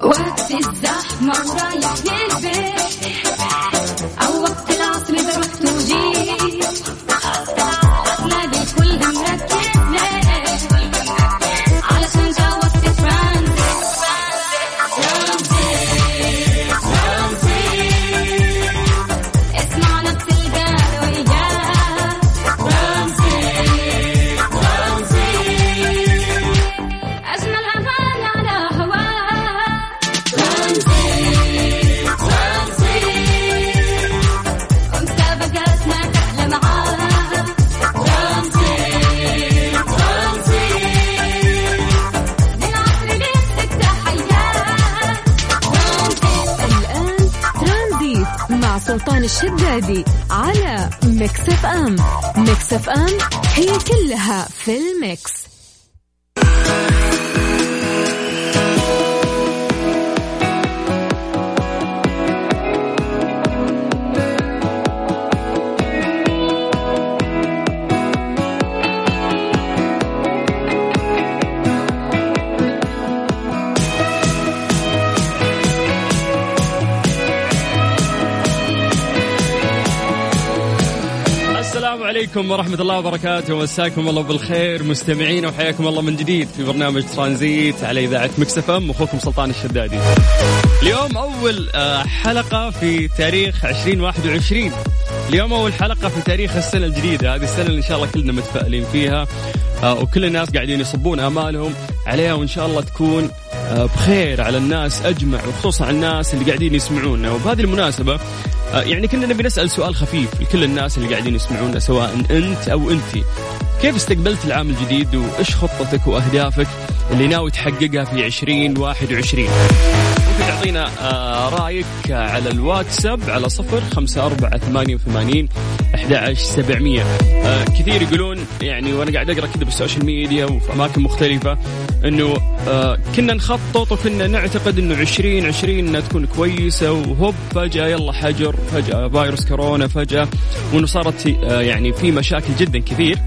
وقت الزحمة ورايح للبيت أو وقت العصر إذا رحت وجيت أغلبي كلها مركز ليش علشان جاوبت ترانزيت اسمعنا بتلقى وياك ترانزيت أجمل أمان على هواك ترانزيت ومسابقاتنا تحلى معاك ترانزيت بالعصر بيمسك تحيات الآن ترانزيت مع سلطان الشدادي على ميكس اف ام. ميكس اف ام هي كلها في الميكس. السلام عليكم ورحمة الله وبركاته، ومساكم الله بالخير مستمعين، وحياكم الله من جديد في برنامج ترانزيت على إذاعة ميكس اف ام. أخوكم سلطان الشدادي. اليوم أول حلقة في تاريخ 2021. اليوم أول حلقة في تاريخ السنة الجديدة، هذه السنة اللي إن شاء الله كلنا متفائلين فيها، وكل الناس قاعدين يصبون آمالهم عليها، وإن شاء الله تكون بخير على الناس أجمع، وخصوصا على الناس اللي قاعدين يسمعونا. وبهذه المناسبة يعني كنا نبي نسأل سؤال خفيف لكل الناس اللي قاعدين يسمعونا، سواء أنت أو أنتي. كيف استقبلت العام الجديد، وإيش خطتك وأهدافك اللي ناوي تحققها في 2021؟ ممكن تعطينا رأيك على الواتساب على 0548811700. كثير يقولون يعني، وأنا قاعد أقرأ كده بالسوشيال ميديا وفي أماكن مختلفة، إنه كنا نخطط وكنا نعتقد إنه 2020 إنها تكون كويسة، وهوب فجأة يلا حجر، فجأة فيروس كورونا، فجأة وإنه صارت يعني في مشاكل جدا كثير.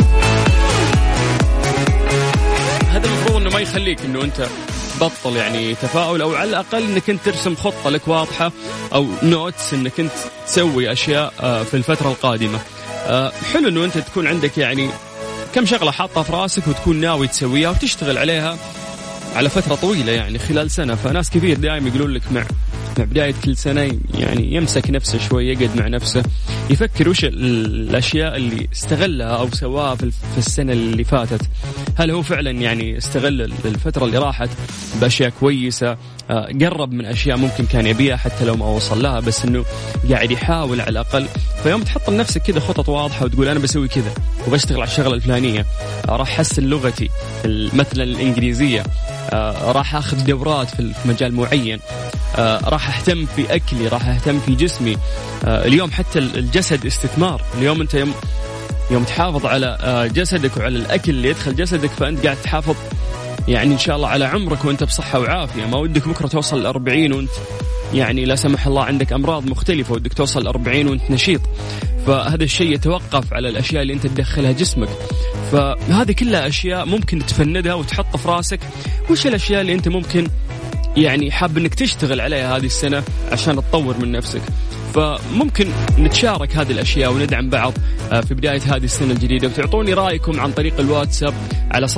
هذا المفروض إنه ما يخليك إنه أنت بطل يعني تفاؤل، أو على الأقل إنك أنت ترسم خطة لك واضحة أو نوتس إنك أنت تسوي أشياء في الفترة القادمة. حلو إنه أنت تكون عندك يعني كم شغلة حاطها في راسك وتكون ناوي تسويها وتشتغل عليها على فترة طويلة، يعني خلال سنة. فناس كثير دائما يقولون لك مع بداية كل سنة يعني يمسك نفسه شوي، يقعد مع نفسه يفكر وش الأشياء اللي استغلها أو سواها في السنة اللي فاتت. هل هو فعلا يعني استغل الفترة اللي راحت بأشياء كويسة، قرب من أشياء ممكن كان يبيها حتى لو ما وصل لها، بس إنه قاعد يحاول على الأقل. فيوم تحط لنفسك كذا خطط واضحة وتقول أنا بسوي كذا وبشتغل على الشغلة الفلانية، راح أحسن لغتي مثلا الإنجليزية، راح أخذ دورات في مجال معين، راح أهتم في أكلي، راح أهتم في جسمي. اليوم حتى الجسد استثمار. اليوم أنت يوم تحافظ على جسدك وعلى الأكل اللي يدخل جسدك، فأنت قاعد تحافظ يعني إن شاء الله على عمرك وأنت بصحة وعافية. ما ودك بكرة توصل 40 وأنت يعني لا سمح الله عندك أمراض مختلفة، ودك توصل 40 وأنت نشيط. فهذا الشيء يتوقف على الأشياء اللي أنت تدخلها جسمك. فهذه كلها أشياء ممكن تفندها وتحط في راسك وش الأشياء اللي أنت ممكن يعني حاب أنك تشتغل عليها هذه السنة عشان تطور من نفسك. فممكن نتشارك هذه الأشياء وندعم بعض في بداية هذه السنة الجديدة. وتعطوني رأيكم عن طريق الواتساب على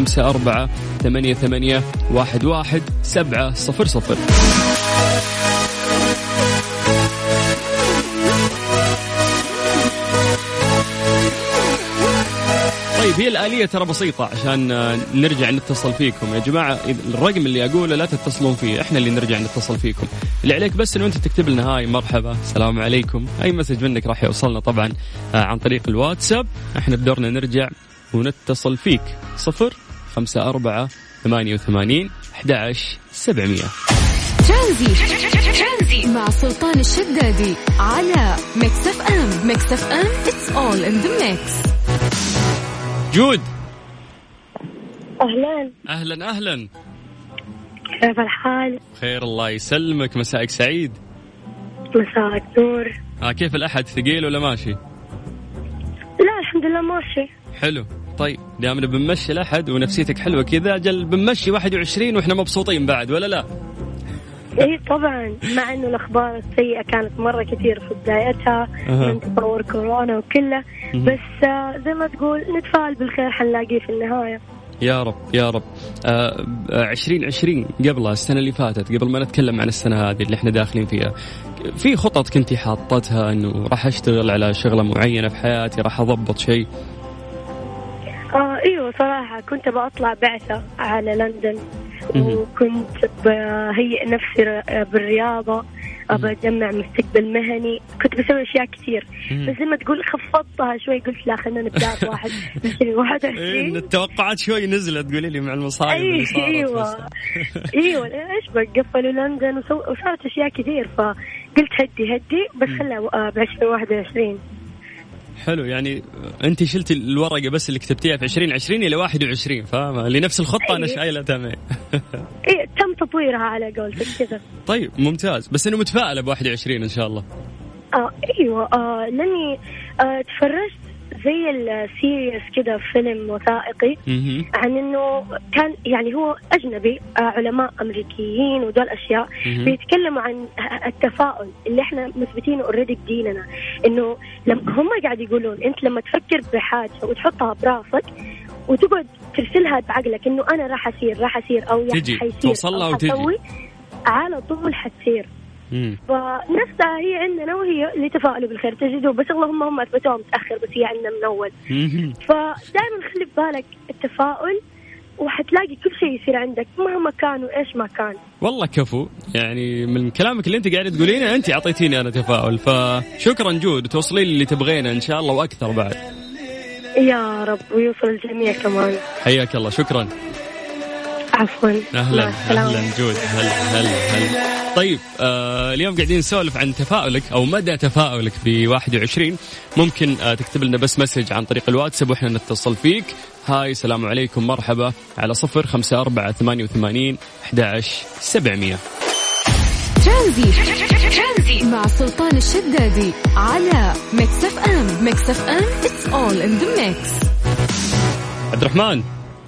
0548811700. طيب هي الآلية ترى بسيطة عشان نرجع نتصل فيكم يا جماعة. الرقم اللي أقوله لا تتصلون فيه، إحنا اللي نرجع نتصل فيكم. اللي عليك بس إنه أنت تكتب لنا هاي مرحبا السلام عليكم، أي مسج منك راح يوصلنا طبعا عن طريق الواتساب. إحنا بدورنا نرجع ونتصل فيك. 0548811700. ترانزي مع سلطان الشدادي على ميكس اف ام. ميكس اف ام it's all in the mix. جود أهلا كيف الحال؟ خير الله يسلمك، مساءك سعيد. مساءك نور. كيف الأحد، ثقيل ولا ماشي؟ لا الحمد لله ماشي. حلو. طيب دامنا بنمشي الأحد ونفسيتك حلوة كذا، جل بنمشي 21 وإحنا مبسوطين بعد ولا لا؟ اي طبعا، مع انه الاخبار السيئه كانت مره كثير في بدايتها من تطور كورونا وكله، بس زي ما تقول نتفائل بالخير حنلاقيه في النهايه. يا رب يا رب. 2020 قبلها السنة اللي فاتت، قبل ما نتكلم عن السنة هذه اللي احنا داخلين فيها، في خطط كنتي حاطتها انه راح اشتغل على شغلة معينة في حياتي، راح اضبط شيء؟ ايوه صراحة كنت بطلع بعثة على لندن، وكنت بهيئ نفسي بالرياضة، أجمع مستقبل مهني، كنت بسوي أشياء كثير، بس زي ما تقول خفضتها شوي، قلت لا خلينا نبدأ في 21. التوقعات شوي نزلت، تقولي لي مع المصايب اللي صارت. ايوه ايش قفلوا لندن وصارت أشياء كثير، فقلت هدي بس خلها ب 2021. حلو، يعني أنت شلتي الورقة بس اللي كتبتيها في 2020 إلى 21، فاهمة؟ لنفس الخطة أنا شايلة تمام. إيه تم تطويرها على قولتك كذا. طيب ممتاز، بس إنه متفائلة ب21 إن شاء الله. أيوة، لأني تفرجت زي السيريس كده فيلم وثائقي عن إنه كان يعني هو أجنبي، علماء أمريكيين ودول أشياء بيتكلموا عن التفاؤل اللي إحنا مثبتينه أوريدي بديننا، إنه لما هم قاعد يقولون أنت لما تفكر بحاجة وتحطها براسك وتقعد ترسلها بعقلك إنه أنا راح أسير أو يعني حيصير توصلها وتجي على طول حتصير. فنفسها هي عندنا وهي اللي تفاؤلوا بالخير تجدوا، بس اللهم هم أثبتوها متأخر، بس هي عندنا من أول. فدائما خلي ببالك التفاؤل وحتلاقي كل شيء يصير عندك مهما كان وإيش ما كان. والله كفو، يعني من كلامك اللي أنت قاعدة تقولينه أنت عطيتيني أنا تفاؤل، فشكرا جود، وتوصلي اللي تبغينه إن شاء الله وأكثر بعد. يا رب ويوصل الجميع كمان. حياك الله، شكرا. عفوا. أهلا جود. هلا. طيب اليوم قاعدين نسولف عن تفاؤلك أو مدى تفاؤلك ب21. ممكن تكتب لنا بس مسج عن طريق الواتساب وإحنا نتصل فيك. هاي السلام عليكم مرحبا على 0548811700. ترانزي مع سلطان الشدادي على ميكس اف ام. ميكس اف ام it's all in the mix. عبد الرحمن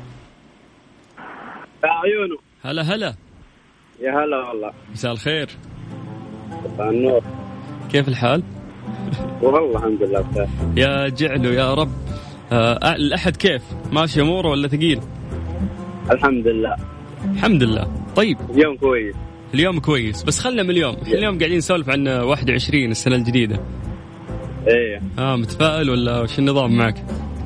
يا عيونه. هلا يا هلا والله. مساء الخير. مساء النور. كيف الحال؟ والله الحمد لله بخير. يا جعله يا رب. الأحد كيف؟ ماشي أموره ولا ثقيل؟ الحمد لله. طيب اليوم كويس، بس خلنا من اليوم قاعدين نسولف عن 21 السنة الجديدة. ايه متفائل ولا وش النظام معك؟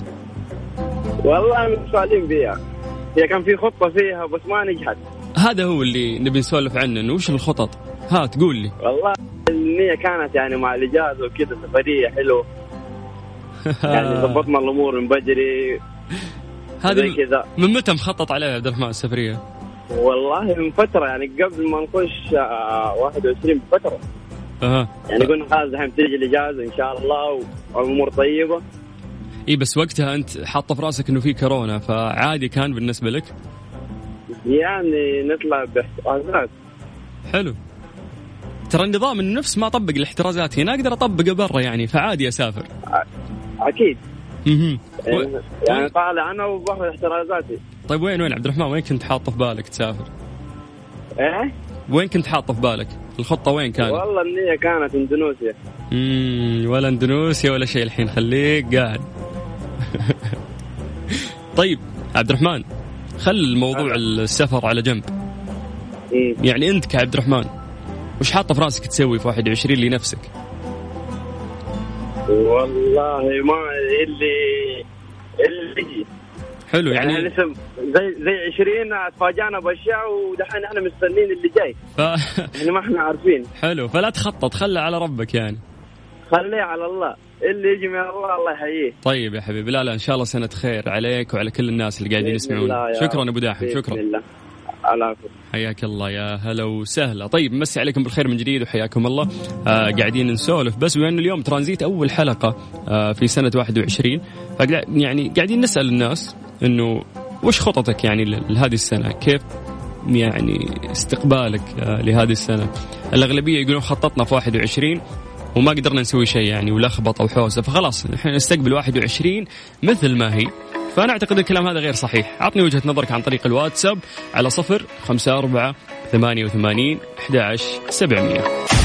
والله متفائلين بيها، هي كان في خطة فيها بس ما نجحت. هذا هو اللي نبي نسولف عنه، إنه وش الخطط؟ تقول لي. والله النية كانت يعني مع الإجازة وكذا سفرية حلوة. يعني ضبطنا الأمور من بدري. هذه كذا. من متى مخطط عليها يا عبد الرحمن السفرية؟ والله من فترة، يعني قبل ما نخش 21 بفترة. يعني قلنا خلاص الحين تيجي الإجازة إن شاء الله والأمور طيبة. بس وقتها أنت حاطة في راسك إنه في كورونا، فعادي كان بالنسبة لك؟ يعني نطلع باحترازات. حلو. ترى النظام النفس ما طبق الاحترازات هنا، أقدر أطبقه برا يعني، فعادي أسافر. أكيد. يعني طالع أنا وباخذ احترازاتي. طيب وين عبد الرحمن، وين كنت حاطة في بالك تسافر؟ وين كنت حاطة في بالك؟ الخطة وين كانت؟ والله النية كانت اندونيسيا. ولا اندونيسيا ولا شيء، الحين خليك قاعد. طيب عبد الرحمن، خل موضوع السفر على جنب. يعني أنت كعبد الرحمن وش حاطة في راسك تسوي في 21 لنفسك؟ والله ما اللي حلو يعني لسه زي 20 تفاجأنا بأشياء ودحين احنا مستنين اللي جاي. يعني ما احنا عارفين. حلو، فلا تخطط، خلي على ربك يعني. خليه على الله، اللي يجي من الله يحييه. طيب يا حبيبي، لا إن شاء الله سنة خير عليك وعلى كل الناس اللي قاعدين يسمعون. شكرا أبو داحم، شكرا. حياك الله، يا هلا وسهلا. طيب مسي عليكم بالخير من جديد وحياكم الله. قاعدين نسولف بس بما أن اليوم ترانزيت أول حلقة في سنة 21، يعني قاعدين نسأل الناس إنه وش خططك يعني لهذه السنة، كيف يعني استقبالك لهذه السنة. الأغلبية يقولون خططنا في 21 وما قدرنا نسوي شيء يعني، ولخبط أو حوسة، فخلاص نحن نستقبل 21 مثل ما هي. فأنا أعتقد الكلام هذا غير صحيح. عطني وجهة نظرك عن طريق الواتساب على 0548811700. 88 11 700.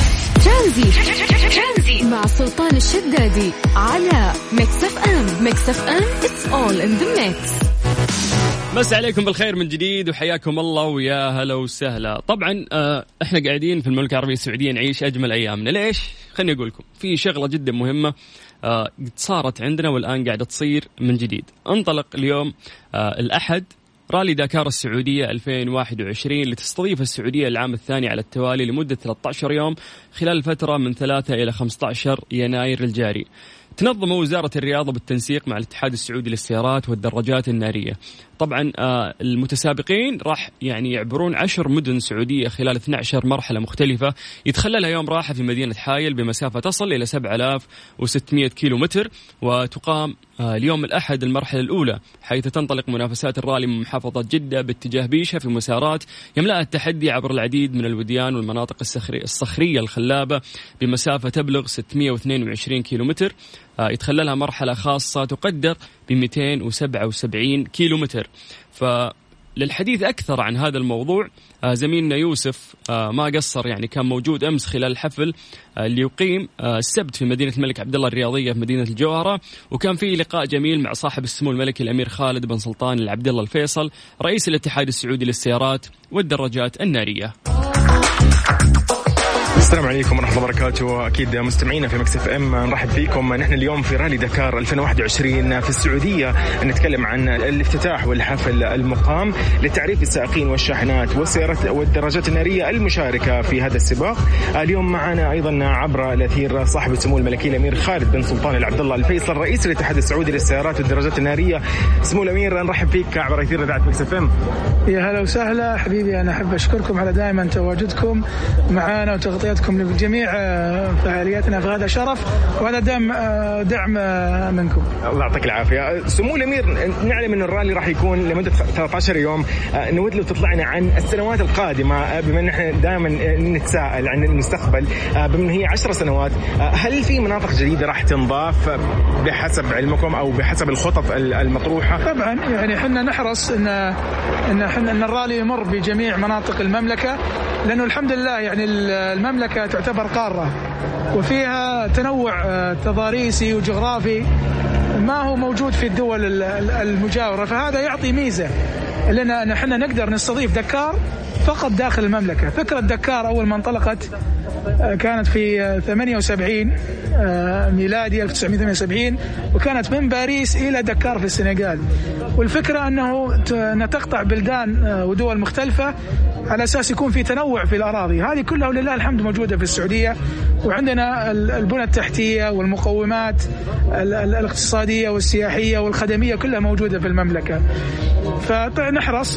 ترانزي مع سلطان الشدادي على ميكس اف ام. ميكس اف ام it's all in the mix. مساء عليكم بالخير من جديد وحياكم الله ويا هلا وسهلا. طبعا احنا قاعدين في المملكة العربية السعودية نعيش أجمل أيامنا. ليش؟ خلني أقول لكم في شغلة جدا مهمة قد صارت عندنا والآن قاعدة تصير من جديد. انطلق اليوم الأحد رالي داكار السعودية 2021 لتستضيف السعودية العام الثاني على التوالي لمدة 13 يوم خلال الفترة من 3 إلى 15 يناير الجاري. تنظم وزارة الرياضة بالتنسيق مع الاتحاد السعودي للسيارات والدراجات النارية. طبعا المتسابقين راح يعني يعبرون 10 مدن سعودية خلال 12 مرحلة مختلفة يتخللها يوم راحة في مدينة حايل بمسافة تصل إلى 7600 كيلومتر. وتقام اليوم الأحد المرحلة الأولى حيث تنطلق منافسات الرالي من محافظة جدة باتجاه بيشة في مسارات يملأها التحدي عبر العديد من الوديان والمناطق الصخرية الخلابة بمسافة تبلغ 622 كيلومتر. يتخللها مرحلة خاصة تقدر ب 277 كيلومتر. فللحديث أكثر عن هذا الموضوع زميلنا يوسف ما قصر، يعني كان موجود أمس خلال الحفل اللي يقيم السبت في مدينة الملك عبدالله الرياضية في مدينة الجوهرة، وكان فيه لقاء جميل مع صاحب السمو الملكي الأمير خالد بن سلطان العبدالله الفيصل رئيس الاتحاد السعودي للسيارات والدراجات النارية. السلام عليكم ورحمة الله وبركاته. أكيد مستمعينا في مكس اف ام نرحب فيكم. نحن اليوم في رالي داكار 2021 في السعودية، نتكلم عن الافتتاح والحفل المقام لتعريف السائقين والشاحنات والسيارات والدراجات النارية المشاركة في هذا السباق. اليوم معنا أيضا عبر الأثير صاحب السمو الملكي الأمير خالد بن سلطان العبدالله الفيصل رئيس الاتحاد السعودي للسيارات والدراجات النارية. سمو الأمير نرحب فيك عبر أثير إذاعة مكس اف ام. يا هلا وسهلا حبيبي، أنا أحب أشكركم على دائما تواجدكم معنا وتغطيتكم لجميع فعالياتنا، فهذا شرف وهذا دعم منكم. الله يعطيك العافية. سمو الأمير، نعلم أن الرالي راح يكون لمدة 13 يوم، نود لو تطلعنا عن السنوات القادمة بما أن احنا دائما نتساءل عن المستقبل، بما أن هي 10 سنوات، هل في مناطق جديدة راح تنضاف بحسب علمكم أو بحسب الخطط المطروحة؟ طبعا يعني احنا نحرص ان الرالي يمر بجميع مناطق المملكة، لأنه الحمد لله يعني المملكة تعتبر قارة وفيها تنوع تضاريسي وجغرافي ما هو موجود في الدول المجاورة، فهذا يعطي ميزة لنا نحن نقدر نستضيف دكار فقط داخل المملكة. فكرة دكار أول ما انطلقت كانت في 78 ميلادي 1978، وكانت من باريس إلى دكار في السنغال، والفكرة أنه نتقطع بلدان ودول مختلفة على أساس يكون في تنوع في الأراضي. هذه كلها ولله الحمد موجودة في السعودية، وعندنا البنى التحتية والمقومات الاقتصادية والسياحية والخدمية كلها موجودة في المملكة. فنحرص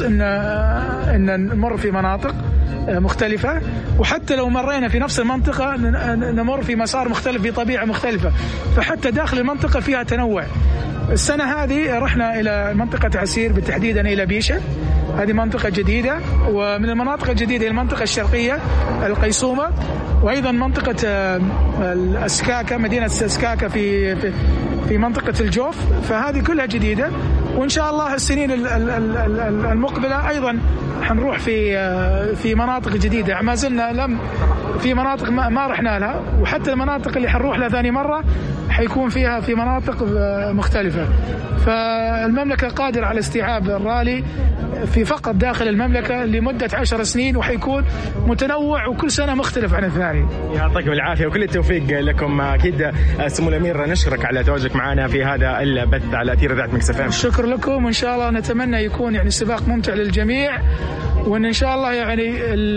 أن نمر في مناطق مختلفة، وحتى لو مرينا في نفس المنطقة نمر في مسار مختلف في طبيعة مختلفة، فحتى داخل المنطقة فيها تنوع. السنة هذه رحنا إلى منطقة عسير بالتحديد إلى بيشة، هذه منطقة جديدة، ومن المناطق الجديدة المنطقة الشرقية القيصومة، وأيضا منطقة الأسكاكة مدينة الأسكاكة في منطقة الجوف، فهذه كلها جديدة. وإن شاء الله السنين المقبلة أيضا حنروح في مناطق جديدة، ما زلنا في مناطق ما رحنا لها، وحتى المناطق اللي حنروح لها ثاني مرة حيكون فيها في مناطق مختلفة. فالمملكة قادرة على استيعاب الرالي في فقط داخل المملكة لمدة 10 سنين، وحيكون متنوع وكل سنة مختلف عن الثاني. يعطيكم العافية وكل التوفيق لكم. أكيد سمو الأمير نشكرك على تواجدك معنا في هذا البث على أثير إذاعة مكس اف ام. شكر لكم، وإن شاء الله نتمنى يكون يعني سباق ممتع للجميع، وإن شاء الله يعني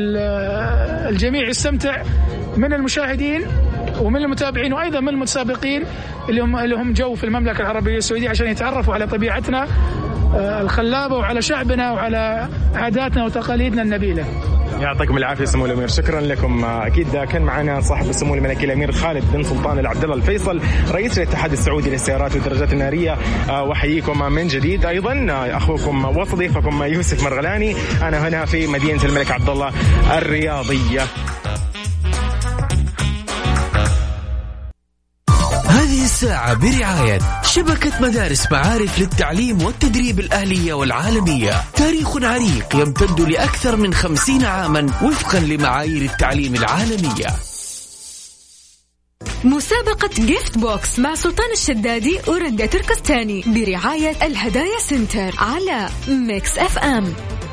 الجميع يستمتع من المشاهدين ومن المتابعين وأيضا من المتسابقين اللي هم جو في المملكة العربية السعودية عشان يتعرفوا على طبيعتنا الخلابة وعلى شعبنا وعلى عاداتنا وتقاليدنا النبيلة. يعطيكم العافية سمو الأمير، شكرا لكم. أكيد كان معنا صاحب السمو الملكي الأمير خالد بن سلطان العبدالله الفيصل رئيس الاتحاد السعودي للسيارات والدراجات النارية. وحييكم من جديد. أيضا أخوكم وصديقكم يوسف مرغلاني، أنا هنا في مدينة الملك عبدالله الرياضية. هذه الساعة برعاية شبكة مدارس معارف للتعليم والتدريب الأهلية والعالمية. تاريخ عريق يمتد لأكثر من 50 عاما وفقا لمعايير التعليم العالمية. مسابقة جيفت بوكس مع سلطان الشدادي ورندا تركستاني برعاية الهدايا سنتر على ميكس اف ام.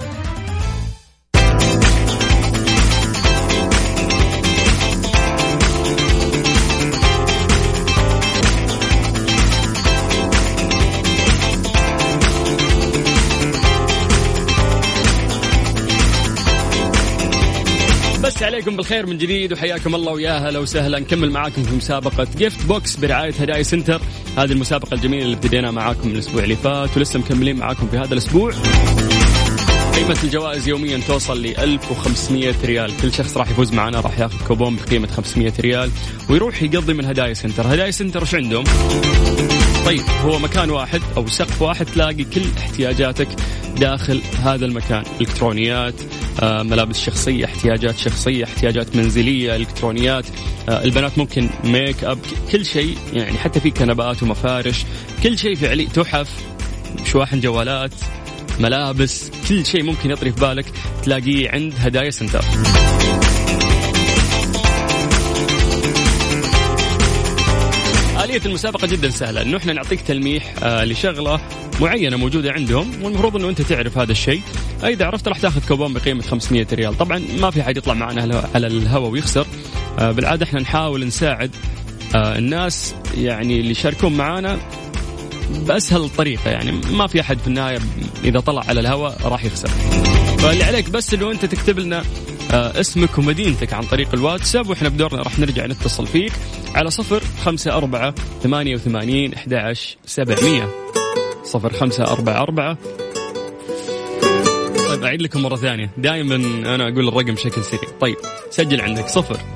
بس عليكم بالخير من جديد وحياكم الله ويا هلا وسهلا. نكمل معاكم في مسابقة جيفت بوكس برعاية هدايا سنتر. هذه المسابقة الجميلة اللي ابتدينا معاكم من الأسبوع اللي فات ولسه مكملين معاكم في هذا الأسبوع. قيمة الجوائز يوميا توصل ل 1500 ريال. كل شخص راح يفوز معنا راح ياخذ كوبون بقيمة 500 ريال ويروح يقضي من هدايا سنتر. هدايا سنتر وش عندهم؟ طيب هو مكان واحد أو سقف واحد تلاقي كل احتياجاتك داخل هذا المكان. إلكترونيات، ملابس شخصية، احتياجات شخصية، احتياجات منزلية، إلكترونيات، البنات ممكن ميك أب، كل شيء يعني، حتى في كنبات ومفارش، كل شيء فعلي، تحف، شواحن جوالات، ملابس، كل شيء ممكن يطري في بالك تلاقيه عند هدايا سنتر. آلية المسابقة جدا سهلة، إنه إحنا نعطيك تلميح لشغلة معينة موجودة عندهم والمفروض إنه أنت تعرف هذا الشيء. إذا عرفت راح تاخذ كوبون بقيمة 500 ريال. طبعا ما في حد يطلع معنا على الهواء ويخسر. بالعادة إحنا نحاول نساعد الناس يعني اللي يشاركون معنا بأسهل طريقة، يعني ما في أحد في النهاية إذا طلع على الهواء راح يخسر. فاللي عليك بس إنه أنت تكتب لنا اسمك ومدينتك عن طريق الواتساب وإحنا بدورنا راح نرجع نتصل فيك على 0548811700 0544. طيب أعيد لكم مرة ثانية، دائما أنا أقول الرقم بشكل سريع. طيب سجل عندك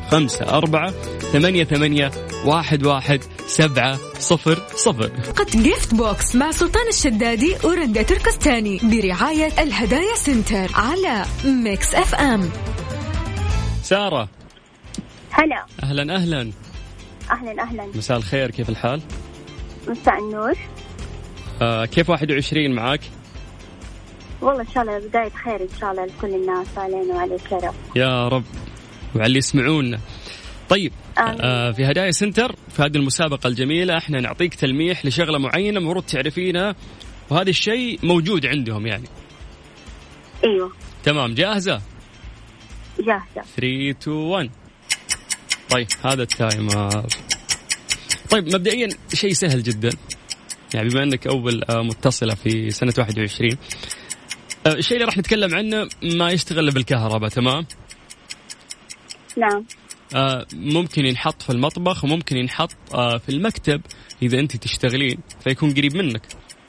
0548811700. قد جيفت بوكس مع سلطان الشدادي ورندا تركستاني برعاية الهدايا سنتر على ميكس اف ام. سارة، هلا. أهلا أهلا. أهلا أهلا. مساء الخير، كيف الحال؟ مساء النور. كيف 21 معاك؟ والله إن شاء الله بداية خير إن شاء الله لكل الناس، علينا وعليك يا رب. يا رب وعلى اللي يسمعونا. طيب في هدايا سنتر في هذه المسابقة الجميلة احنا نعطيك تلميح لشغلة معينة المفروض تعرفينها، وهذا الشيء موجود عندهم يعني. ايوه تمام، جاهزة؟ جاهزة. 3 2 1. طيب هذا التايمر. طيب مبدئيا شيء سهل جدا، يعني بما انك اول متصلة في سنة 21، الشيء اللي راح نتكلم عنه ما يشتغل بالكهرباء، تمام؟ نعم. ممكن ينحط في المطبخ وممكن ينحط في المكتب إذا أنت تشتغلين فيكون قريب منك.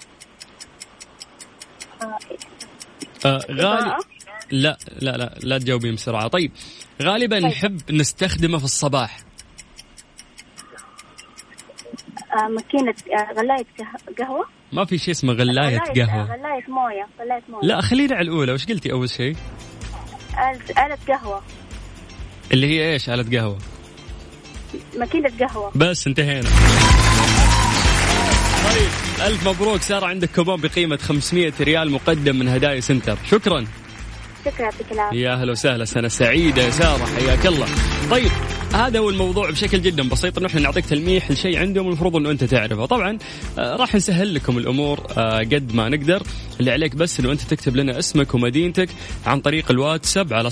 غالي. لا تجاوبين بسرعة. طيب غالبا نحب نستخدمه في الصباح. ماكينة غلاية قهوة. ما في شيء اسمه غلاية قهوة. غلاية موية. لا خلينا على الأولى. وش قلتي أول شيء؟ آلة قهوة. اللي هي إيش آلة قهوة؟ ماكينة قهوة. بس انتهينا. طيب ألف مبروك سارة، عندك كوبون بقيمة 500 ريال مقدم من هدايا سنتر. شكرا. يعطيك العافية. يا هلا وسهلا، سنة سعيدة يا سارة، حياك الله. طيب هذا هو الموضوع بشكل جدا بسيط، انه احنا نعطيك تلميح لشيء عندهم المفروض انه انت تعرفه. طبعا راح نسهل لكم الامور قد ما نقدر. اللي عليك بس انه انت تكتب لنا اسمك ومدينتك عن طريق الواتساب على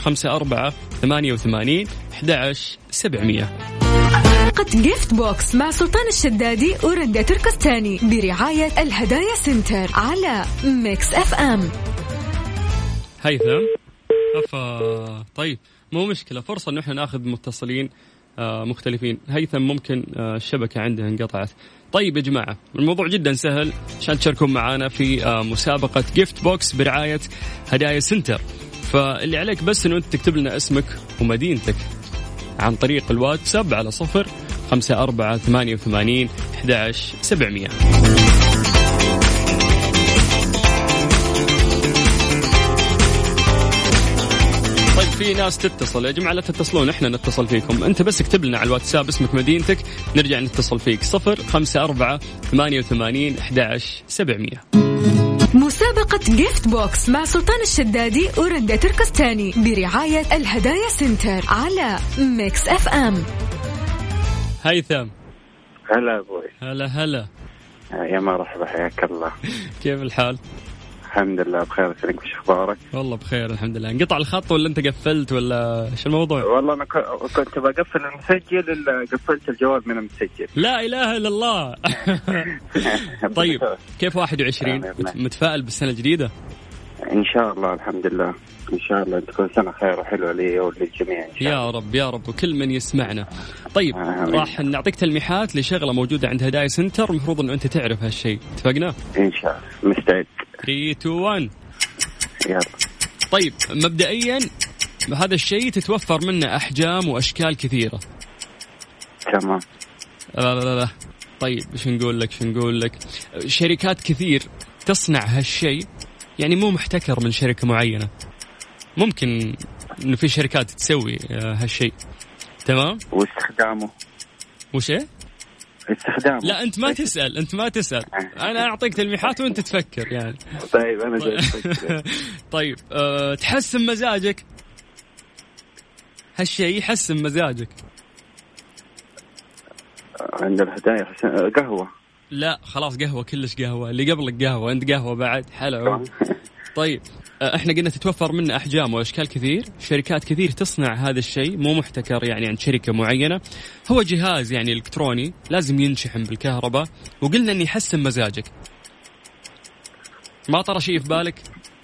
0548811700. قد جيفت بوكس مع سلطان الشدادي ورندا تركستاني برعاية الهدايا سنتر على ميكس اف ام. هيثم طيب مو مشكلة، فرصة انه احنا ناخذ متصلين مختلفين. هيثم ممكن الشبكة عنده انقطعت. طيب يا جماعة الموضوع جدا سهل عشان تشاركون معنا في مسابقة جيفت بوكس برعاية هدايا سنتر. فاللي عليك بس انه انت تكتب لنا اسمك ومدينتك عن طريق الواتساب على 0548811700. طيب في ناس تتصل. يا جماعة لا تتصلون، احنا نتصل فيكم. انت بس اكتب لنا على الواتساب اسمك مدينتك نرجع نتصل فيك. 0548811700. مسابقة جيفت بوكس مع سلطان الشدادي ورندا تركستاني برعاية الهدايا سنتر على ميكس اف ام. هيثم. هلا أبوي. هلا يا مرحبا، حياك الله. كيف الحال؟ الحمد لله بخير. سلامك، وش أخبارك؟ والله بخير الحمد لله. انقطع الخط ولا أنت قفلت ولا إيش الموضوع؟ والله أنا كنت بقفل المسجل إلا قفلت الجوال من المسجل. لا إله إلا الله. طيب كيف 21 متفائل بالسنة الجديدة؟ إن شاء الله الحمد لله، إن شاء الله تكون سنة خير وحلوة لي وللجميع إن شاء الله. يا رب يا رب وكل من يسمعنا. طيب راح نعطيك تلميحات لشغلة موجودة عند هدايا سنتر، المفروض إنه أنت تعرف هالشيء. اتفقنا؟ إن شاء الله. مستعد. 3 2 1 يلا. طيب مبدئيا هذا الشيء تتوفر منه أحجام وأشكال كثيرة. تمام. لا. طيب ايش نقول لك شركات كثير تصنع هالشيء، يعني مو محتكر من شركة معينة. ممكن إنه في شركات تسوي هالشيء. تمام. واستخدامه وش إيه؟ استخدامه. لا أنت ما تسأل أنا أعطيك تلميحات وأنت تفكر يعني. طيب أنا جاي أفكر. طيب تحسن مزاجك. هالشيء يحسن مزاجك. عند الهدايا قهوة. لا خلاص قهوة، كلش قهوة. اللي قبلك قهوة، أنت قهوة بعد. حلو. طيب احنا قلنا تتوفر منه أحجام وأشكال كثير، شركات كثير تصنع هذا الشيء، مو محتكر يعني عند شركة معينة. هو جهاز يعني إلكتروني لازم ينشحن بالكهرباء، وقلنا أن يحسن مزاجك. ما طرى شيء في بالك؟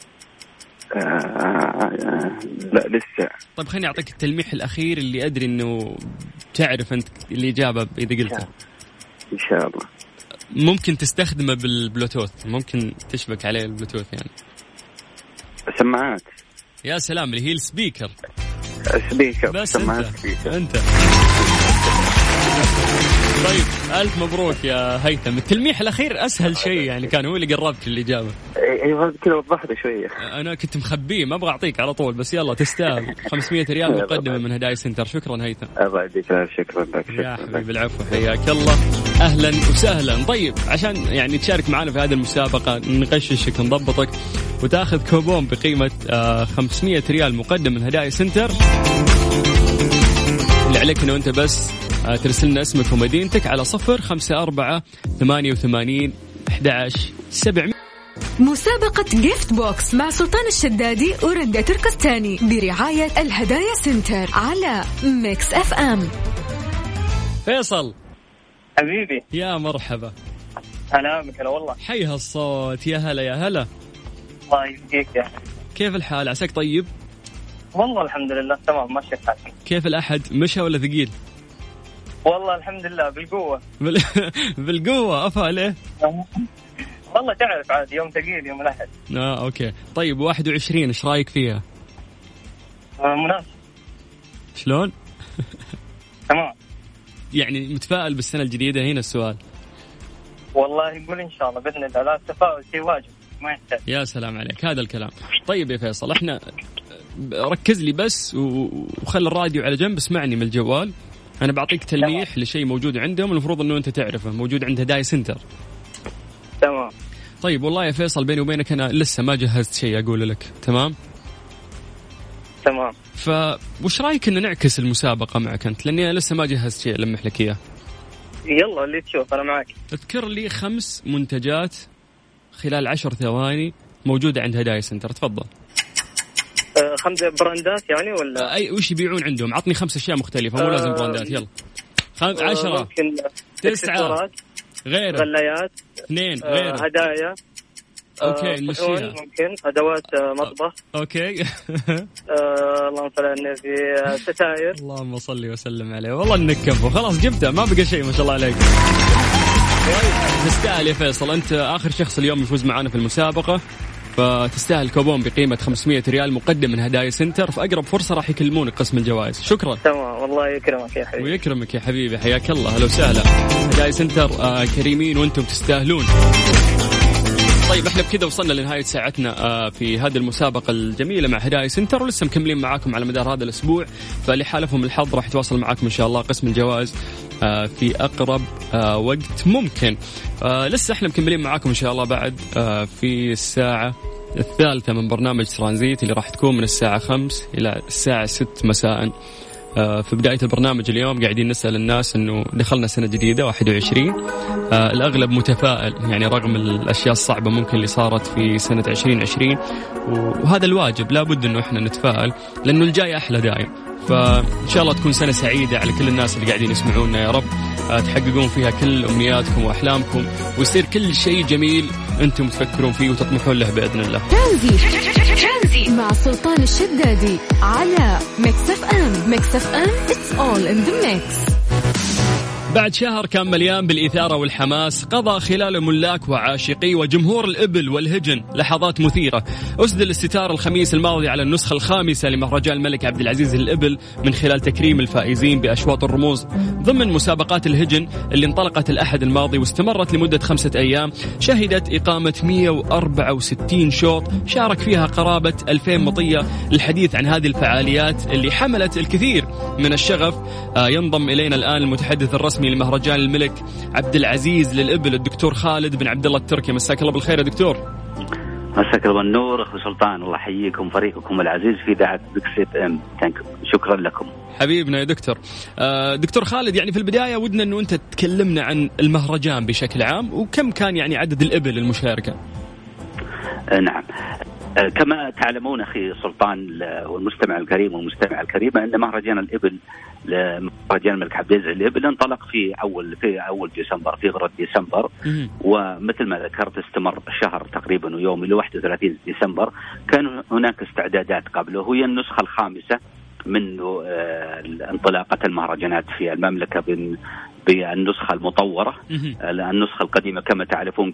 لا لسه. طيب خليني أعطيك التلميح الأخير اللي أدري أنه تعرف أنت الإجابة إذا قلتها. إن شاء الله. ممكن تستخدمه بالبلوتوث، ممكن تشبك عليه البلوتوث يعني. سماعات. يا سلام، اللي هي السبيكر. بس سماعات أنت. طيب ألف مبروك يا هيثم. التلميح الأخير أسهل شيء يعني، كان هو اللي قربت الإجابة. أيوة كذا وضح لي شوية. أنا كنت مخبيه ما أبغى أعطيك على طول، بس يلا تستاهل. 500 ريال مقدمة من هدايا سنتر. شكرا هيثم. الله يديك شكرا لك. يا حبيبي العفو، حياك الله. أهلا وسهلا. طيب عشان يعني تشارك معنا في هذه المسابقة نغششك نضبطك وتأخذ كوبون بقيمة 500 ريال مقدم من هدايا سنتر. اللي عليك انه انت بس ترسل لنا اسمك ومدينتك على 0548811700. مسابقة جيفت بوكس مع سلطان الشدادي ورندا تركستاني برعاية الهدايا سنتر على ميكس اف ام. فيصل حبيبي يا مرحبا. هلا بك. هلا والله. حي هالصوت. يا هلا يا هلا. الله يسعدك يا حبيبي. كيف الحال؟ عساك طيب؟ والله الحمد لله تمام ماشي الحال. كيف الأحد؟ مشى ولا ثقيل؟ والله الحمد لله بالقوة. بالقوة. أفا عليه. والله تعرف عاد يوم ثقيل يوم الأحد. أوكي. طيب 21 إيش رأيك فيها؟ مناسب. شلون؟ تمام. يعني متفائل بالسنة الجديدة؟ هنا السؤال. والله يقول إن شاء الله بإذن الله. لا التفاؤل شيء واجب ما يحتاج. يا سلام عليك، هذا الكلام. طيب يا فيصل احنا ركز لي بس وخلي الراديو على جنب، اسمعني من الجوال. أنا بعطيك تلميح لشيء موجود عندهم، المفروض أنه أنت تعرفه، موجود عند هدايا سنتر. تمام. طيب والله يا فيصل بيني وبينك أنا لسه ما جهزت شيء أقول لك. تمام. فوش رأيك إن نعكس المسابقة معك أنت، لأني أنا لسه ما جهزت شيء ألمح لك إياه. يلا اللي تشوف أنا معك. اذكر لي 5 منتجات خلال 10 ثواني موجودة عند هدايا سنتر. تفضل. 5 براندات يعني ولا أي وش يبيعون عندهم؟ عطني 5 أشياء مختلفة، مو لازم براندات. يلا 10. ممكن 9 غير غلايات 2 غير هدايا. اوكي نمشيها. ممكن ادوات مطبخ. اوكي. اللهم صل على النبي. ستاير. اللهم صل وسلم عليه. والله انك كفو، خلاص جبتها ما بقى شيء ما شاء الله عليك. تستاهل يا فيصل، انت اخر شخص اليوم يفوز معنا في المسابقة، فتستاهل كوبون بقيمة 500 ريال مقدم من هدايا سنتر. في أقرب فرصة راح يكلمونك قسم الجوائز. شكرا. تمام. والله يكرمك يا حبيبي. ويكرمك يا حبيبي، حياك الله. هلا وسهلا. هدايا سنتر كريمين وانتم تستاهلون. طيب احنا بكذا وصلنا لنهاية ساعتنا في هذه المسابقة الجميلة مع هدايا سنتر، ولسه مكملين معاكم على مدار هذا الأسبوع، فاللي حالفهم الحظ راح يتواصل معاكم إن شاء الله قسم الجوائز في أقرب وقت ممكن. لسه احنا مكملين معاكم إن شاء الله بعد في الساعة الثالثة من برنامج ترانزيت اللي راح تكون من الساعة 5 إلى الساعة 6 مساء. في بداية البرنامج اليوم قاعدين نسأل الناس أنه دخلنا سنة جديدة 21، الأغلب متفائل يعني رغم الأشياء الصعبة ممكن اللي صارت في سنة 2020، وهذا الواجب لابد أنه إحنا نتفائل لأنه الجاي أحلى دايم. فإن شاء الله تكون سنة سعيدة على كل الناس اللي قاعدين يسمعونا يا رب، تحققون فيها كل أمنياتكم وأحلامكم ويصير كل شيء جميل أنتم تفكرون فيه وتطمحون له بإذن الله. ترانزيت مع سلطان الشدادي على ميكس اف ام. ميكس اف ام it's all in the mix. بعد شهر كان مليان بالإثارة والحماس قضى خلاله ملاك وعاشقي وجمهور الإبل والهجن لحظات مثيرة. أسدل الستار الخميس الماضي على النسخة الخامسة لمهرجان الملك عبد العزيز للإبل من خلال تكريم الفائزين بأشواط الرموز ضمن مسابقات الهجن اللي انطلقت الأحد الماضي واستمرت لمدة 5 أيام. شهدت إقامة 164 شوط شارك فيها قرابة 2000 مطية. للحديث عن هذه الفعاليات اللي حملت الكثير من الشغف ينضم إلينا الآن المتحدث الرسمي لمهرجان الملك عبد العزيز للإبل الدكتور خالد بن عبد الله التركي. مساك الله بالخير يا دكتور. مساك الله بالنور أخو سلطان، الله يحييكم فريقكم العزيز في إذاعة ميكس اف ام. شكرا لكم حبيبنا يا دكتور. دكتور خالد، يعني في البداية ودنا أنه أنت تكلمنا عن المهرجان بشكل عام وكم كان يعني عدد الإبل المشاركة. نعم، كما تعلمون أخي سلطان والمستمع الكريم والمستمع الكريمة أن مهرجان الإبل مهرجان الملك عبد العزيز للإبل انطلق في أول ديسمبر، في غرة ديسمبر، ومثل ما ذكرت استمر شهر تقريبا ويوم إلى 31 ديسمبر. كان هناك استعدادات قبله، هي النسخة الخامسة من انطلاقة المهرجانات في المملكة بالنسخة المطورة. النسخة القديمة كما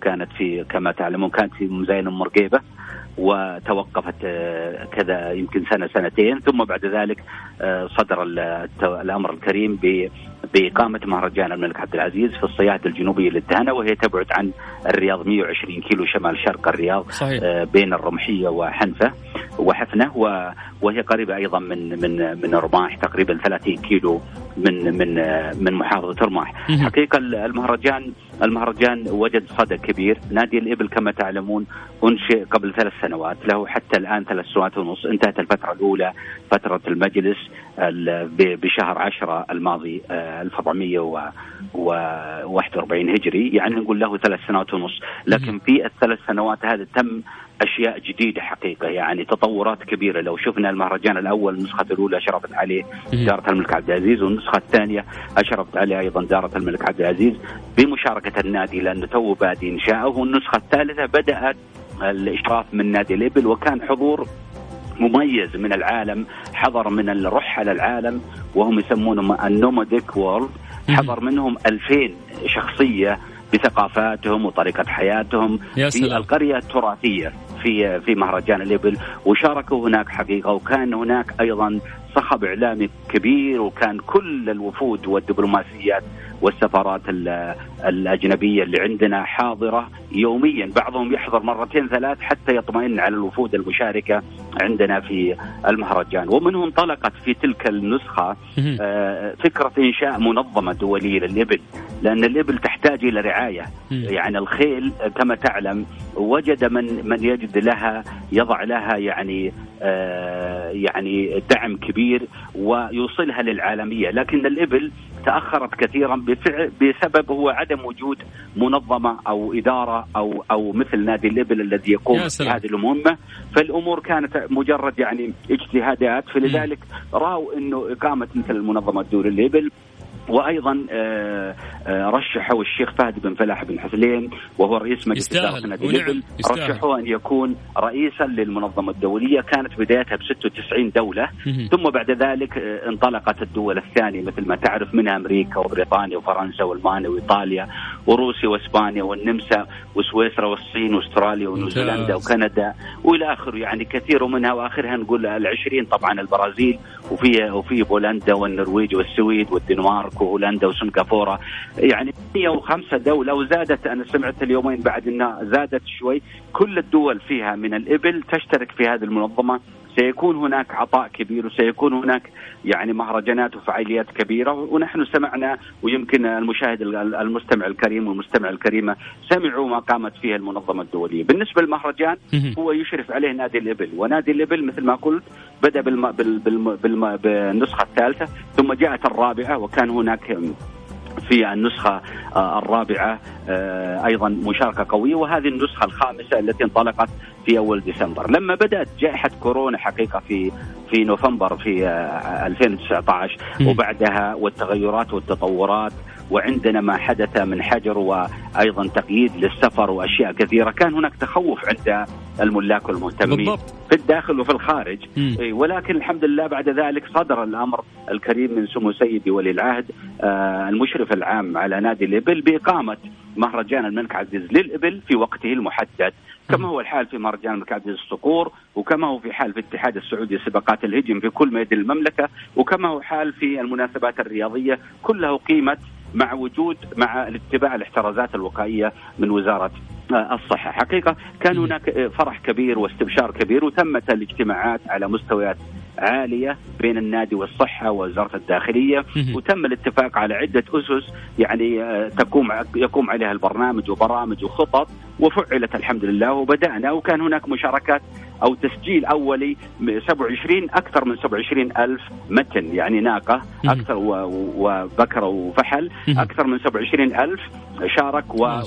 تعلمون كانت في مزاين مرقيبة وتوقفت كذا يمكن سنتين، ثم بعد ذلك صدر الأمر الكريم بإقامة مهرجان الملك عبد العزيز في الصياد الجنوبية للدهنة، وهي تبعد عن الرياض 120 كيلو شمال شرق الرياض. صحيح. بين الرمحية وحفنة وهي قريبة أيضا من رماح، تقريبا 30 كيلو من محافظة رماح. حقيقة المهرجان وجد صدى كبير. نادي الإبل كما تعلمون أنشئ قبل 3 سنوات، له حتى الآن 3 سنوات ونص. انتهت الفترة الأولى فترة المجلس بشهر 10 الماضي 1441 هجري، يعني نقول له 3 سنوات ونص. لكن في ال3 سنوات هذه تم أشياء جديدة حقيقة، يعني تطورات كبيرة. لو شفنا المهرجان الأول النسخة الأولى أشرفت عليه دارة الملك عبد العزيز، والنسخة الثانية أشرفت عليه أيضا دارة الملك عبد العزيز بمشاركة النادي لأنه تو بادئ إنشاؤه. والنسخة الثالثة بدأت الإشراف من نادي الإبل، وكان حضور مميز من العالم، حضر من الرحل العالم وهم يسمونهم النوماديك وورلد، حضر منهم 2000 شخصية بثقافاتهم وطريقة حياتهم في القرية التراثية في مهرجان الإبل، وشاركوا هناك حقيقة. وكان هناك أيضا صخب إعلامي كبير، وكان كل الوفود والدبلوماسيات والسفارات الأجنبية اللي عندنا حاضرة يوميا، بعضهم يحضر 2-3 حتى يطمئن على الوفود المشاركة عندنا في المهرجان. ومنهم انطلقت في تلك النسخة فكرة إنشاء منظمة دولية للإبل، لأن الإبل تحتاج إلى رعاية. يعني الخيل كما تعلم وجد من يجد لها يضع لها يعني دعم كبير ويوصلها للعالمية، لكن الإبل تأخرت كثيرا بسبب هو عدم وجود منظمة أو إدارة أو مثل نادي الإبل الذي يقوم بهذه المهمة. فالأمور كانت مجرد يعني اجتهادات، فلذلك رأوا إنه إقامة مثل المنظمة الدولية للإبل. وأيضا رشحوا الشيخ فهد بن فلاح بن حسلين وهو رئيس مجلس إدارة نادي الإبل، رشحوه أن يكون رئيسا للمنظمة الدولية. كانت بدايتها ب96 دولة، ثم بعد ذلك انطلقت الدول الثانية مثل ما تعرف، منها أمريكا وبريطانيا وفرنسا وألمانيا وإيطاليا وروسيا وإسبانيا والنمسا وسويسرا والصين واستراليا ونيوزيلندا وكندا وإلى آخره، يعني كثير منها، وآخرها نقول 20 طبعا البرازيل وفي بولندا والنرويج والسويد والدنمارك وهولندا وسنغافورة، يعني 105 دولة وزادت. أنا سمعت اليومين بعد أنها زادت شوي. كل الدول فيها من الإبل تشترك في هذه المنظمة. سيكون هناك عطاء كبير وسيكون هناك يعني مهرجانات وفعاليات كبيرة. ونحن سمعنا، ويمكن المشاهد المستمع الكريم والمستمع الكريمة سمعوا ما قامت فيها المنظمة الدولية. بالنسبة للمهرجان هو يشرف عليه نادي الإبل، ونادي الإبل مثل ما قلت بدأ بالنسخة الثالثة ثم جاءت الرابعة، وكان هناك في النسخة الرابعة أيضا مشاركة قوية، وهذه النسخة الخامسة التي انطلقت في أول ديسمبر. لما بدأت جائحة كورونا حقيقة في نوفمبر في 2019 وبعدها والتغيرات والتطورات، وعندنا ما حدث من حجر وأيضا تقييد للسفر وأشياء كثيرة، كان هناك تخوف عند الملاك والمهتمين في الداخل وفي الخارج. ولكن الحمد لله بعد ذلك صدر الأمر الكريم من سمو سيدي ولي العهد المشرف العام على نادي الإبل بإقامة مهرجان الملك عبد العزيز للإبل في وقته المحدد، كما هو الحال في مهرجان الملك عبد العزيز الصقور، وكما هو في حال في الاتحاد السعودي لسباقات الهجن في كل ميادين المملكة، وكما هو حال في المناسبات الرياضية كلها قيمت مع الاتباع الاحترازات الوقائية من وزارة الصحة. حقيقة كان هناك فرح كبير واستبشار كبير، وتمت الاجتماعات على مستويات عالية بين النادي والصحة ووزارة الداخلية، وتم الاتفاق على عدة أسس يعني يقوم عليها البرنامج وبرامج وخطط، وفعلت الحمد لله. وبدأنا، وكان هناك مشاركات أو تسجيل أولي 27 أكثر من 27 ألف متن، يعني ناقة أكثر وبكر وفحل أكثر من 27 ألف شارك،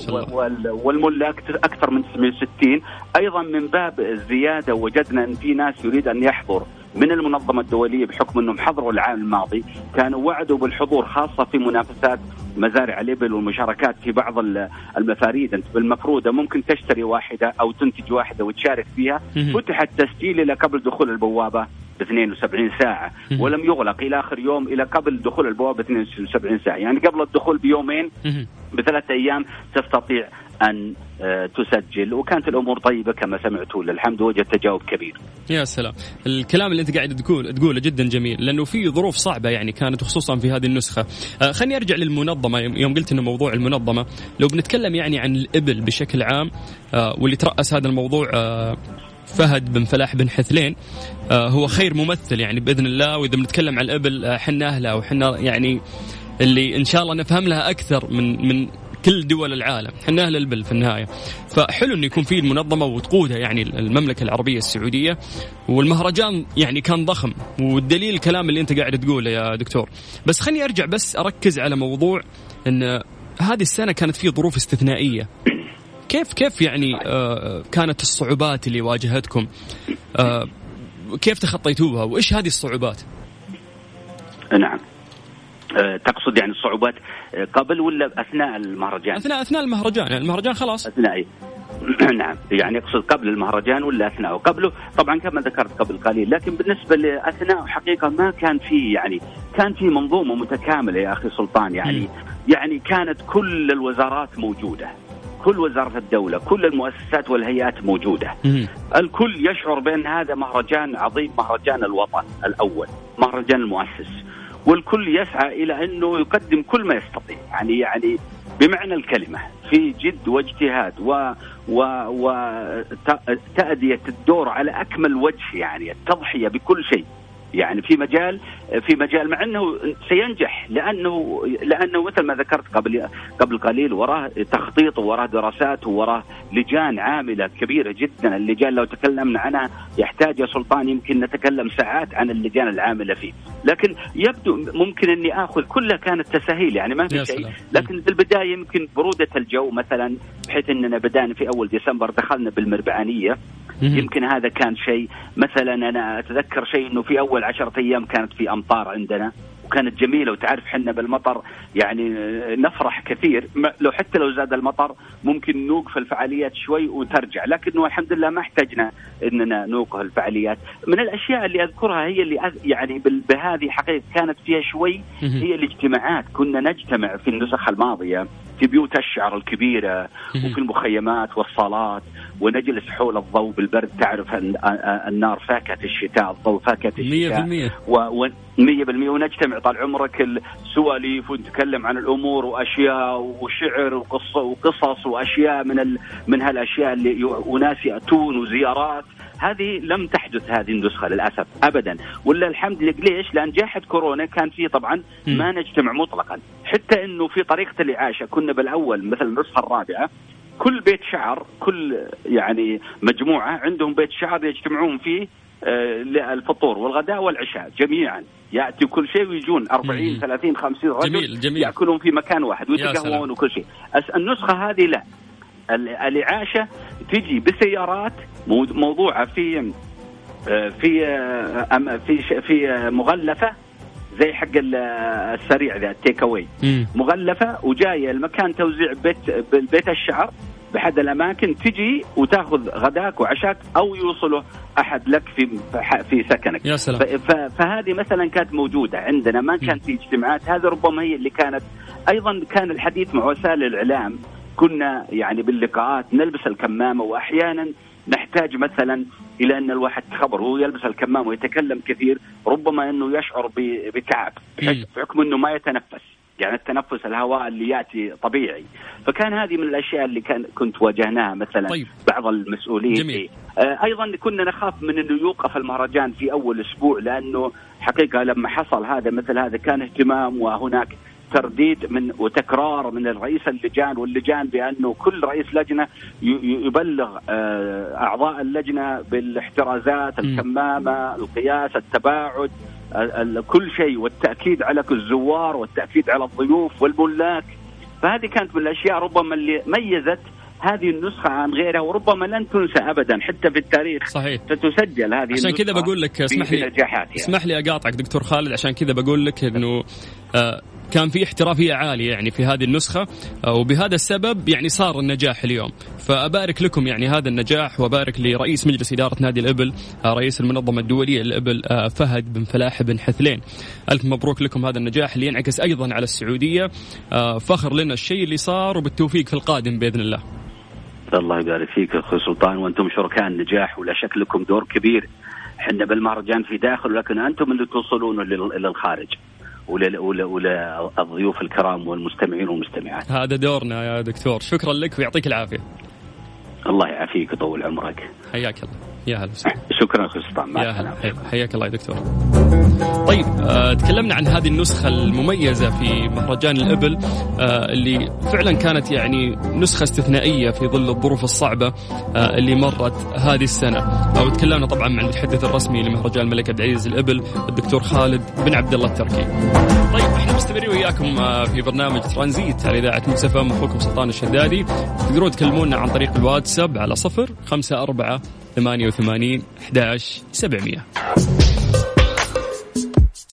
والملاك أكثر من 60. أيضا من باب الزيادة وجدنا أن في ناس يريد أن يحضر من المنظمة الدولية بحكم أنهم حضروا العام الماضي، كانوا وعدوا بالحضور خاصة في منافسات مزارع الإبل والمشاركات في بعض المفاريد. أنت بالمفروضة ممكن تشتري واحدة أو تنتج واحدة وتشارك فيها. فتح التسجيل إلى قبل دخول البوابة ب 72 ساعة، ولم يغلق إلى آخر يوم إلى قبل دخول البوابة 72 ساعة، يعني قبل الدخول بيومين ب3 أيام تستطيع أن تسجل. وكانت الأمور طيبة كما سمعتوا للحمد، وجد تجاوب كبير. يا سلام، الكلام اللي أنت قاعد تقوله جدا جميل، لأنه في ظروف صعبة يعني كانت خصوصا في هذه النسخة. خليني أرجع للمنظمة. يوم قلت إنه موضوع المنظمة، لو بنتكلم يعني عن الإبل بشكل عام، واللي ترأس هذا الموضوع فهد بن فلاح بن حثلين، هو خير ممثل يعني بإذن الله. وإذا بنتكلم عن الإبل حنا أهلها وحنا يعني اللي إن شاء الله نفهم لها أكثر من كل دول العالم، حنا أهل الإبل في النهاية. فحلو إنه يكون فيه المنظمة وتقودها يعني المملكة العربية السعودية. والمهرجان يعني كان ضخم، والدليل الكلام اللي أنت قاعد تقوله يا دكتور. بس خلني أرجع بس أركز على موضوع إن هذه السنة كانت فيه ظروف استثنائية. كيف يعني كانت الصعوبات اللي واجهتكم؟ كيف تخطيتوها وإيش هذه الصعوبات؟ نعم، تقصد يعني الصعوبات قبل ولا أثناء المهرجان؟ أثناء المهرجان، يعني المهرجان خلاص أثناء. نعم، يعني يقصد قبل المهرجان ولا أثناء؟ قبله طبعا كما ذكرت قبل قليل، لكن بالنسبة لأثناء حقيقة ما كان فيه، يعني كان فيه منظومة متكاملة يا أخي سلطان. يعني كانت كل الوزارات موجودة، كل وزارة الدولة، كل المؤسسات والهيئات موجودة. الكل يشعر بأن هذا مهرجان عظيم، مهرجان الوطن الأول، مهرجان المؤسس، والكل يسعى إلى أنه يقدم كل ما يستطيع، يعني بمعنى الكلمة في جد واجتهاد وتأدية الدور على أكمل وجه، يعني التضحية بكل شيء، يعني في مجال مع أنه سينجح، لأنه مثل ما ذكرت قبل قليل وراه تخطيط ووراه دراسات ووراه لجان عاملة كبيرة جدا. اللجان لو تكلمنا عنها يحتاج يا سلطان يمكن نتكلم ساعات عن اللجان العاملة فيه، لكن يبدو ممكن أني أخذ كلها كانت تسهيل، يعني ما في شيء. لكن في البداية يمكن برودة الجو مثلا، بحيث أننا بدأنا في أول ديسمبر دخلنا بالمربعانية، يمكن هذا كان شيء. مثلا أنا أتذكر شيء أنه في أول 10 أيام كانت في أمطار عندنا، وكانت جميلة. وتعرف حنا بالمطر يعني نفرح كثير، لو حتى لو زاد المطر ممكن نوقف الفعاليات شوي وترجع، لكنه الحمد لله ما احتاجنا إننا نوقف الفعاليات. من الأشياء اللي أذكرها هي اللي يعني بهذه حقيقة كانت فيها شوي هي الاجتماعات. كنا نجتمع في النسخ الماضية في بيوت الشعر الكبيرة وفي المخيمات والصالات، ونجلس حول الضوء بالبرد. تعرف النار فاكهة الشتاء، الضوء فاكهة الشتاء 100%. ونجتمع طال عمرك السواليف ونتكلم عن الأمور وأشياء وشعر وقصص وأشياء من هالأشياء اللي وناس يأتون وزيارات. هذه لم تحدث هذه النسخة للأسف أبدا، ولا الحمد لله. ليش؟ لأن جائحة كورونا كان فيه طبعا ما نجتمع مطلقا. حتى إنه في طريقة الإعاشة كنا بالأول مثل النسخة الرابعة كل بيت شعر، كل يعني مجموعة عندهم بيت شعر يجتمعون فيه للفطور والغداء والعشاء جميعا. يأتي كل شيء ويجون 40 30 50 رجل جميل. يأكلون في مكان واحد ويتقهوون وكل شيء. النسخة هذه لا، الإعاشة تجي بسيارات موضوعة في مغلفة زي حق السريع ذا التيك أواي، مغلفة وجاية المكان توزيع بيت الشعر بحد الأماكن. تجي وتأخذ غداك وعشاك أو يوصله أحد لك في سكنك. يا سلام. فهذه مثلا كانت موجودة عندنا، ما كان في اجتماعات. هذا ربما هي اللي كانت. أيضا كان الحديث مع وسائل الإعلام، كنا يعني باللقاءات نلبس الكمامة، وأحيانا نحتاج مثلا إلى أن الواحد خبر وهو يلبس الكمامة ويتكلم كثير، ربما أنه يشعر بتعب بحكم أنه ما يتنفس، يعني التنفس الهواء اللي يأتي طبيعي. فكان هذه من الأشياء اللي كنت واجهناها مثلا. طيب. بعض المسؤولين. جميل. أيضا كنا نخاف من أنه يوقف المهرجان في أول أسبوع، لأنه حقيقة لما حصل هذا مثل هذا كان اهتمام، وهناك ترديد وتكرار من الرئيس واللجان بأنه كل رئيس لجنة يبلغ أعضاء اللجنة بالاحترازات، الكمامة، القياس، التباعد، كل شيء، والتأكيد على الزوار والتأكيد على الضيوف والملاك. فهذه كانت من الأشياء ربما اللي ميزت هذه النسخة عن غيرها، وربما لن تنسى أبدا حتى في التاريخ. صحيح. ستسجل هذه عشان كذا بقول لك اسمح لي أقاطعك دكتور خالد، عشان كذا بقول لك إنه كان في احترافية عالية يعني في هذه النسخة، وبهذا السبب يعني صار النجاح اليوم. فأبارك لكم يعني هذا النجاح، وأبارك لرئيس مجلس إدارة نادي الإبل، رئيس المنظمة الدولية للإبل فهد بن فلاح بن حثلين. ألف مبروك لكم هذا النجاح اللي ينعكس أيضا على السعودية. فخر لنا الشيء اللي صار، وبالتوفيق في القادم بإذن الله. الله يبارك فيك أخي سلطان، وأنتم شركاء النجاح ولا شك لكم دور كبير. حنا بالمهرجان في داخل، ولكن أنتم اللي توصلون إلى الخارج ولا الضيوف الكرام والمستمعين والمستمعات. هذا دورنا يا دكتور. شكرا لك ويعطيك العافية. الله يعافيك ويطول عمرك. حياك الله. يا هلا وسهلا. شكرا أخي سلطان. يا هلا. حياك الله يا دكتور. طيب تكلمنا عن هذه النسخة المميزة في مهرجان الإبل، اللي فعلا كانت يعني نسخة استثنائية في ظل الظروف الصعبة اللي مرت هذه السنة. وتكلمنا طبعا مع المتحدث الرسمي لمهرجان الملك عبد العزيز الإبل الدكتور خالد بن عبد الله التركي. طيب احنا مستمرين وياكم في برنامج ترانزيت على إذاعة مكس اف ام، أخوكم سلطان الشدادي. تقدرون تكلمونا عن طريق الواتساب على 054 88 11 700.